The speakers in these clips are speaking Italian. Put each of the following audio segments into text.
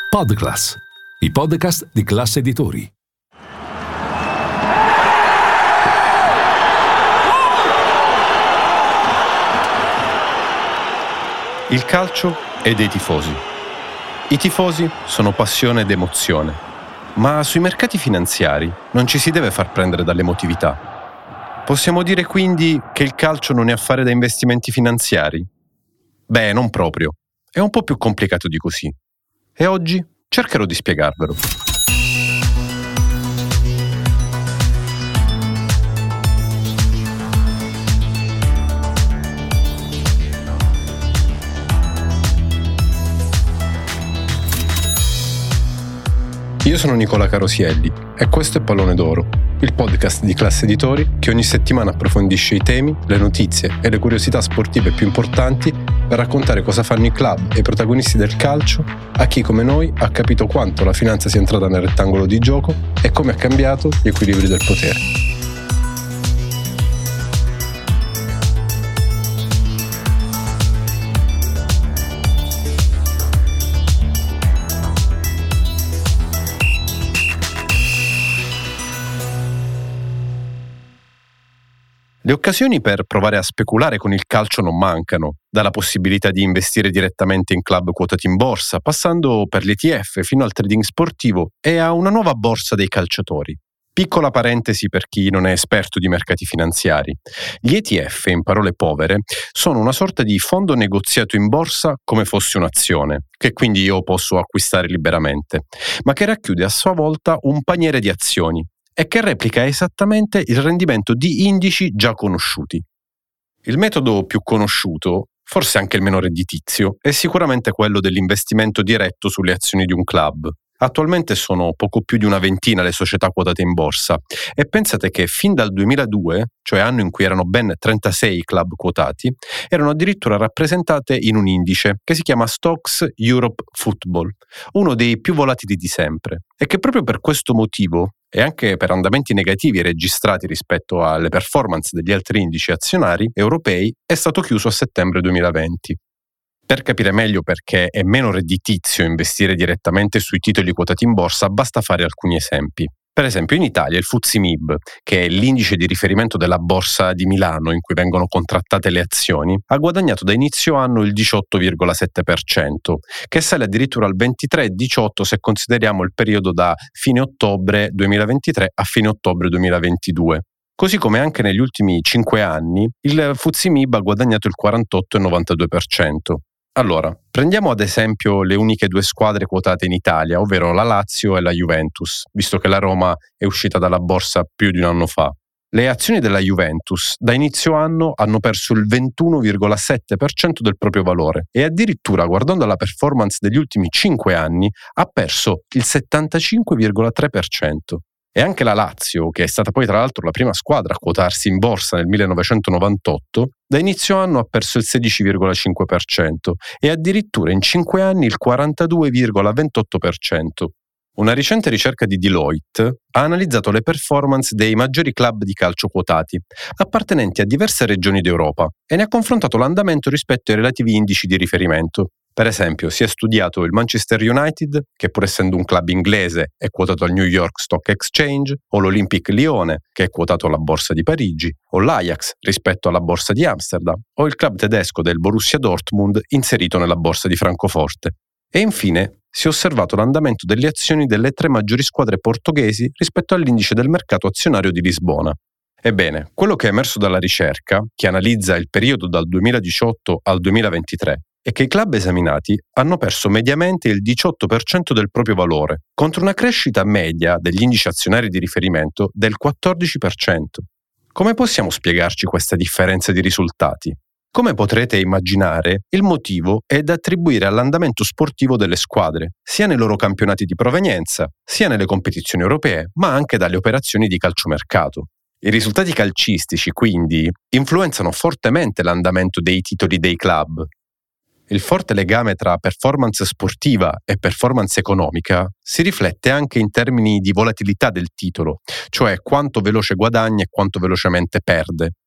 Podclass, i podcast di Class Editori. Il calcio è dei tifosi. I tifosi sono passione ed emozione, ma sui mercati finanziari non ci si deve far prendere dall'emotività. Possiamo dire quindi che il calcio non è affare da investimenti finanziari? Beh, non proprio. È un po' più complicato di così. E oggi cercherò di spiegarvelo. Io sono Nicola Carosielli e questo è Pallone d'Oro, il podcast di Class Editori che ogni settimana approfondisce i temi, le notizie e le curiosità sportive più importanti per raccontare cosa fanno i club e i protagonisti del calcio a chi come noi ha capito quanto la finanza sia entrata nel rettangolo di gioco e come ha cambiato gli equilibri del potere. Le occasioni per provare a speculare con il calcio non mancano, dalla possibilità di investire direttamente in club quotati in borsa, passando per l'ETF fino al trading sportivo e a una nuova borsa dei calciatori. Piccola parentesi per chi non è esperto di mercati finanziari. Gli ETF, in parole povere, sono una sorta di fondo negoziato in borsa come fosse un'azione, che quindi io posso acquistare liberamente, ma che racchiude a sua volta un paniere di azioni e che replica esattamente il rendimento di indici già conosciuti. Il metodo più conosciuto, forse anche il meno redditizio, è sicuramente quello dell'investimento diretto sulle azioni di un club. Attualmente sono poco più di una ventina le società quotate in borsa e pensate che fin dal 2002, cioè anno in cui erano ben 36 club quotati, erano addirittura rappresentate in un indice che si chiama Stocks Europe Football, uno dei più volatili di sempre, e che proprio per questo motivo e anche per andamenti negativi registrati rispetto alle performance degli altri indici azionari europei è stato chiuso a settembre 2020. Per capire meglio perché è meno redditizio investire direttamente sui titoli quotati in borsa, basta fare alcuni esempi. Per esempio in Italia il FTSE MIB, che è l'indice di riferimento della borsa di Milano in cui vengono contrattate le azioni, ha guadagnato da inizio anno il 18,7%, che sale addirittura al 23,18% se consideriamo il periodo da fine ottobre 2023 a fine ottobre 2022. Così come anche negli ultimi 5 anni il FTSE MIB ha guadagnato il 48,92%. Allora, prendiamo ad esempio le uniche due squadre quotate in Italia, ovvero la Lazio e la Juventus, visto che la Roma è uscita dalla borsa più di un anno fa. Le azioni della Juventus da inizio anno hanno perso il 21,7% del proprio valore e addirittura, guardando la performance degli ultimi 5 anni, ha perso il 75,3%. E anche la Lazio, che è stata poi tra l'altro la prima squadra a quotarsi in borsa nel 1998, da inizio anno ha perso il 16,5% e addirittura in 5 anni il 42,28%. Una recente ricerca di Deloitte ha analizzato le performance dei maggiori club di calcio quotati, appartenenti a diverse regioni d'Europa, e ne ha confrontato l'andamento rispetto ai relativi indici di riferimento. Per esempio, si è studiato il Manchester United, che pur essendo un club inglese è quotato al New York Stock Exchange, o l'Olympique Lione, che è quotato alla Borsa di Parigi, o l'Ajax rispetto alla Borsa di Amsterdam, o il club tedesco del Borussia Dortmund inserito nella Borsa di Francoforte. E infine si è osservato l'andamento delle azioni delle 3 maggiori squadre portoghesi rispetto all'indice del mercato azionario di Lisbona. Ebbene, quello che è emerso dalla ricerca, che analizza il periodo dal 2018 al 2023, è che i club esaminati hanno perso mediamente il 18% del proprio valore, contro una crescita media degli indici azionari di riferimento del 14%. Come possiamo spiegarci questa differenza di risultati? Come potrete immaginare, il motivo è da attribuire all'andamento sportivo delle squadre, sia nei loro campionati di provenienza, sia nelle competizioni europee, ma anche dalle operazioni di calciomercato. I risultati calcistici, quindi, influenzano fortemente l'andamento dei titoli dei club. Il forte legame tra performance sportiva e performance economica si riflette anche in termini di volatilità del titolo, cioè quanto veloce guadagna e quanto velocemente perde.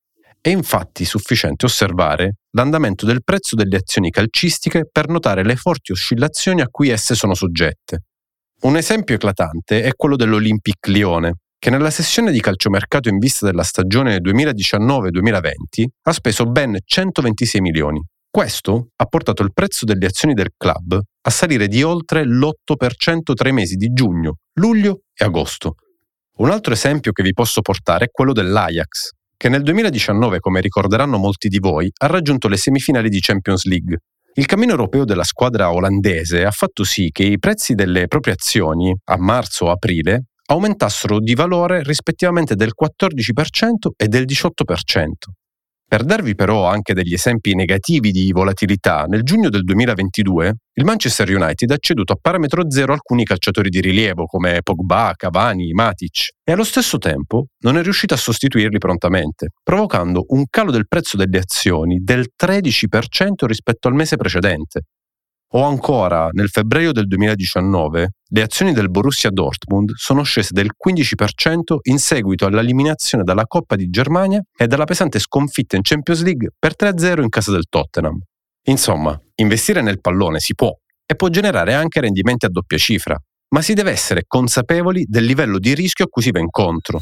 È infatti sufficiente osservare l'andamento del prezzo delle azioni calcistiche per notare le forti oscillazioni a cui esse sono soggette. Un esempio eclatante è quello dell'Olympique Lione, che nella sessione di calciomercato in vista della stagione 2019-2020 ha speso ben 126 milioni. Questo ha portato il prezzo delle azioni del club a salire di oltre l'8% tra i mesi di giugno, luglio e agosto. Un altro esempio che vi posso portare è quello dell'Ajax, che nel 2019, come ricorderanno molti di voi, ha raggiunto le semifinali di Champions League. Il cammino europeo della squadra olandese ha fatto sì che i prezzi delle proprie azioni a marzo o aprile aumentassero di valore rispettivamente del 14% e del 18%. Per darvi però anche degli esempi negativi di volatilità, nel giugno del 2022 il Manchester United ha ceduto a parametro zero alcuni calciatori di rilievo come Pogba, Cavani, Matic e allo stesso tempo non è riuscito a sostituirli prontamente, provocando un calo del prezzo delle azioni del 13% rispetto al mese precedente. O ancora, nel febbraio del 2019, le azioni del Borussia Dortmund sono scese del 15% in seguito all'eliminazione dalla Coppa di Germania e dalla pesante sconfitta in Champions League per 3-0 in casa del Tottenham. Insomma, investire nel pallone si può e può generare anche rendimenti a doppia cifra, ma si deve essere consapevoli del livello di rischio a cui si va incontro.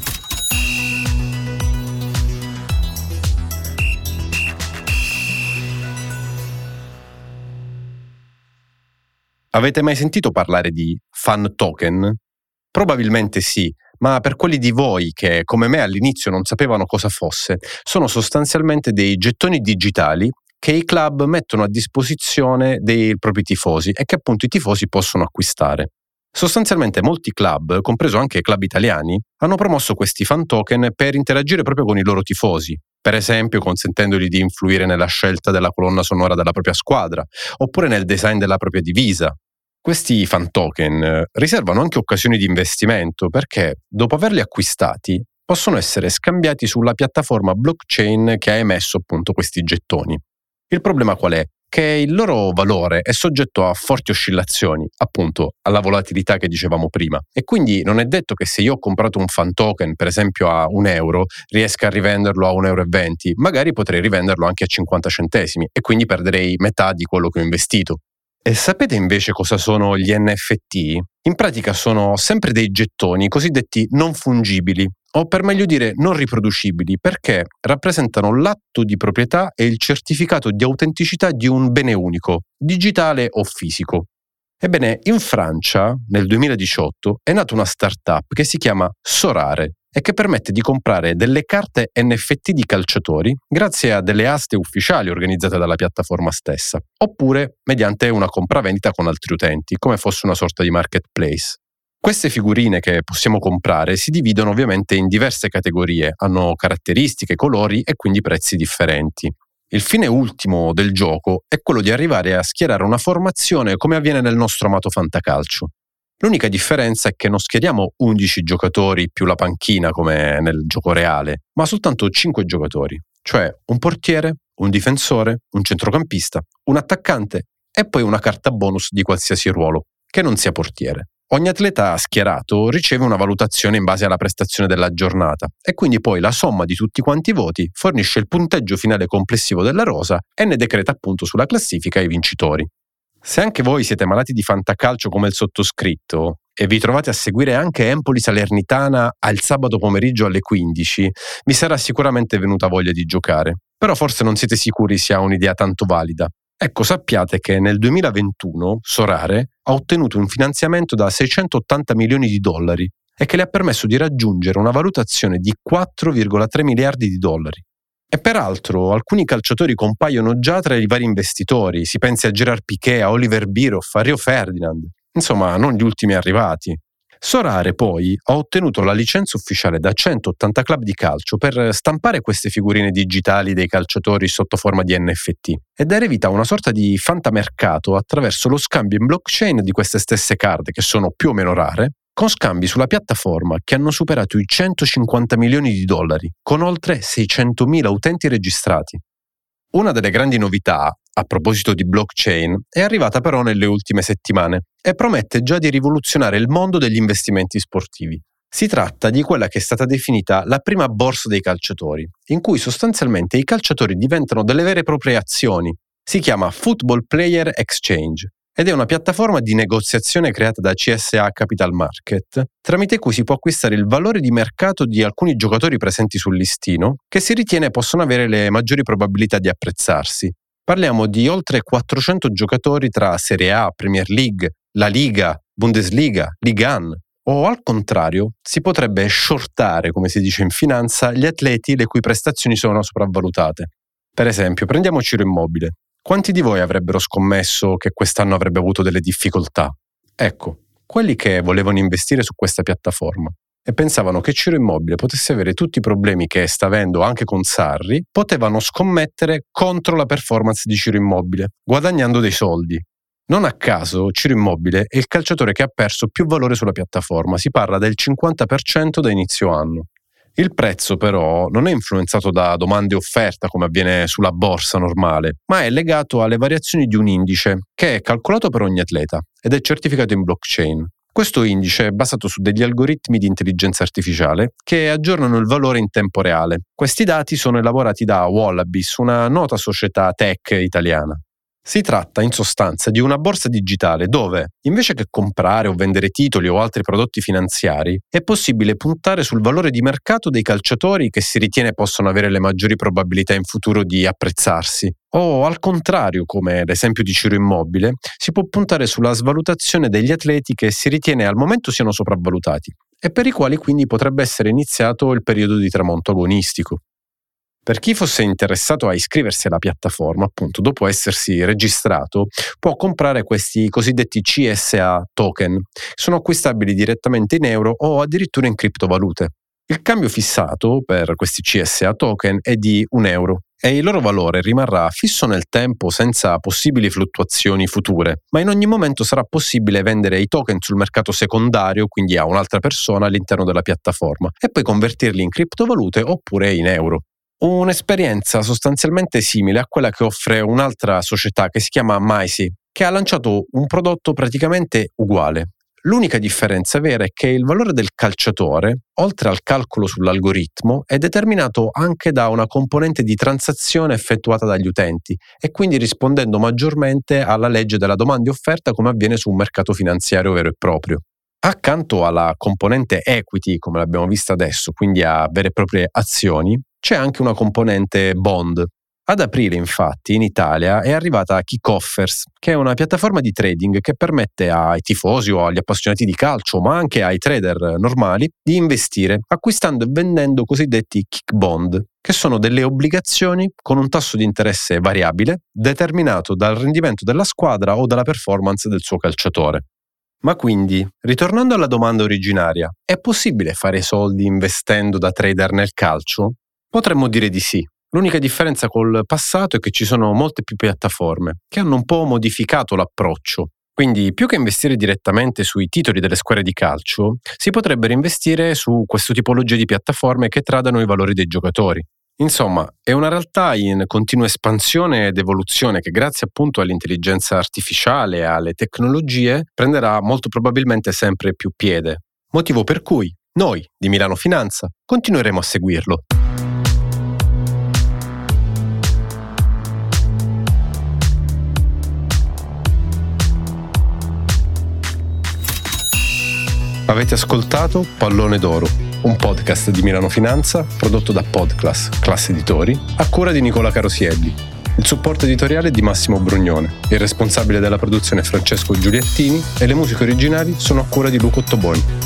Avete mai sentito parlare di fan token? Probabilmente sì, ma per quelli di voi che, come me all'inizio non sapevano cosa fosse, sono sostanzialmente dei gettoni digitali che i club mettono a disposizione dei propri tifosi e che appunto i tifosi possono acquistare. Sostanzialmente molti club, compreso anche club italiani, hanno promosso questi fan token per interagire proprio con i loro tifosi, per esempio consentendogli di influire nella scelta della colonna sonora della propria squadra, oppure nel design della propria divisa. Questi fan token riservano anche occasioni di investimento perché, dopo averli acquistati, possono essere scambiati sulla piattaforma blockchain che ha emesso appunto questi gettoni. Il problema qual è? Che il loro valore è soggetto a forti oscillazioni, appunto alla volatilità che dicevamo prima. E quindi non è detto che se io ho comprato un fan token, per esempio a €1, riesca a rivenderlo a €1,20, magari potrei rivenderlo anche a 50 centesimi e quindi perderei metà di quello che ho investito. E sapete invece cosa sono gli NFT? In pratica sono sempre dei gettoni cosiddetti non fungibili, o per meglio dire non riproducibili, perché rappresentano l'atto di proprietà e il certificato di autenticità di un bene unico, digitale o fisico. Ebbene, in Francia, nel 2018, è nata una startup che si chiama Sorare e che permette di comprare delle carte NFT di calciatori grazie a delle aste ufficiali organizzate dalla piattaforma stessa, oppure mediante una compravendita con altri utenti, come fosse una sorta di marketplace. Queste figurine che possiamo comprare si dividono ovviamente in diverse categorie, hanno caratteristiche, colori e quindi prezzi differenti. Il fine ultimo del gioco è quello di arrivare a schierare una formazione come avviene nel nostro amato fantacalcio. L'unica differenza è che non schieriamo 11 giocatori più la panchina come nel gioco reale, ma soltanto 5 giocatori, cioè un portiere, un difensore, un centrocampista, un attaccante e poi una carta bonus di qualsiasi ruolo, che non sia portiere. Ogni atleta schierato riceve una valutazione in base alla prestazione della giornata e quindi poi la somma di tutti quanti i voti fornisce il punteggio finale complessivo della rosa e ne decreta appunto sulla classifica i vincitori. Se anche voi siete malati di fantacalcio come il sottoscritto e vi trovate a seguire anche Empoli Salernitana al sabato pomeriggio alle 15, vi sarà sicuramente venuta voglia di giocare. Però forse non siete sicuri sia un'idea tanto valida. Ecco, sappiate che nel 2021 Sorare ha ottenuto un finanziamento da $680 milioni e che le ha permesso di raggiungere una valutazione di $4,3 miliardi. E peraltro alcuni calciatori compaiono già tra i vari investitori, si pensi a Gerard Piqué, a Oliver Bierhoff, a Rio Ferdinand, insomma non gli ultimi arrivati. Sorare poi ha ottenuto la licenza ufficiale da 180 club di calcio per stampare queste figurine digitali dei calciatori sotto forma di NFT e dare vita a una sorta di fantamercato attraverso lo scambio in blockchain di queste stesse carte, che sono più o meno rare, con scambi sulla piattaforma che hanno superato i $150 milioni, con oltre 600.000 utenti registrati. Una delle grandi novità, a proposito di blockchain, è arrivata però nelle ultime settimane e promette già di rivoluzionare il mondo degli investimenti sportivi. Si tratta di quella che è stata definita la prima borsa dei calciatori, in cui sostanzialmente i calciatori diventano delle vere e proprie azioni. Si chiama Football Player Exchange ed è una piattaforma di negoziazione creata da CSA Capital Market, tramite cui si può acquistare il valore di mercato di alcuni giocatori presenti sul listino, che si ritiene possono avere le maggiori probabilità di apprezzarsi. Parliamo di oltre 400 giocatori tra Serie A, Premier League, La Liga, Bundesliga, Liga 1, o al contrario si potrebbe shortare, come si dice in finanza, gli atleti le cui prestazioni sono sopravvalutate. Per esempio, prendiamo Ciro Immobile. Quanti di voi avrebbero scommesso che quest'anno avrebbe avuto delle difficoltà? Ecco, quelli che volevano investire su questa piattaforma e pensavano che Ciro Immobile potesse avere tutti i problemi che sta avendo anche con Sarri, potevano scommettere contro la performance di Ciro Immobile, guadagnando dei soldi. Non a caso Ciro Immobile è il calciatore che ha perso più valore sulla piattaforma, si parla del 50% da inizio anno. Il prezzo però non è influenzato da domanda e offerta come avviene sulla borsa normale, ma è legato alle variazioni di un indice che è calcolato per ogni atleta ed è certificato in blockchain. Questo indice è basato su degli algoritmi di intelligenza artificiale che aggiornano il valore in tempo reale. Questi dati sono elaborati da Wallabies, una nota società tech italiana. Si tratta in sostanza di una borsa digitale dove, invece che comprare o vendere titoli o altri prodotti finanziari, è possibile puntare sul valore di mercato dei calciatori che si ritiene possono avere le maggiori probabilità in futuro di apprezzarsi. O al contrario, come l'esempio di Ciro Immobile, si può puntare sulla svalutazione degli atleti che si ritiene al momento siano sopravvalutati e per i quali quindi potrebbe essere iniziato il periodo di tramonto agonistico. Per chi fosse interessato a iscriversi alla piattaforma, appunto, dopo essersi registrato, può comprare questi cosiddetti CSA token. Sono acquistabili direttamente in euro o addirittura in criptovalute. Il cambio fissato per questi CSA token è di €1 e il loro valore rimarrà fisso nel tempo senza possibili fluttuazioni future, ma in ogni momento sarà possibile vendere i token sul mercato secondario, quindi a un'altra persona all'interno della piattaforma, e poi convertirli in criptovalute oppure in euro. Un'esperienza sostanzialmente simile a quella che offre un'altra società che si chiama Maisy, che ha lanciato un prodotto praticamente uguale. L'unica differenza vera è che il valore del calciatore, oltre al calcolo sull'algoritmo, è determinato anche da una componente di transazione effettuata dagli utenti e quindi rispondendo maggiormente alla legge della domanda e offerta come avviene su un mercato finanziario vero e proprio. Accanto alla componente equity, come l'abbiamo vista adesso, quindi a vere e proprie azioni, c'è anche una componente bond. Ad aprile, infatti, in Italia è arrivata Kickoffers, che è una piattaforma di trading che permette ai tifosi o agli appassionati di calcio, ma anche ai trader normali, di investire acquistando e vendendo cosiddetti kick bond, che sono delle obbligazioni con un tasso di interesse variabile determinato dal rendimento della squadra o dalla performance del suo calciatore. Ma quindi, ritornando alla domanda originaria, è possibile fare soldi investendo da trader nel calcio? Potremmo dire di sì. L'unica differenza col passato è che ci sono molte più piattaforme che hanno un po' modificato l'approccio. Quindi, più che investire direttamente sui titoli delle squadre di calcio, si potrebbero investire su questa tipologia di piattaforme che tradano i valori dei giocatori. Insomma, è una realtà in continua espansione ed evoluzione che grazie appunto all'intelligenza artificiale e alle tecnologie prenderà molto probabilmente sempre più piede. Motivo per cui noi di Milano Finanza continueremo a seguirlo. Avete ascoltato Pallone d'Oro, un podcast di Milano Finanza prodotto da Podclass, Classe Editori, a cura di Nicola Carosielli. Il supporto editoriale è di Massimo Brugnone, il responsabile della produzione è Francesco Giuliettini e le musiche originali sono a cura di Luca Ottoboni.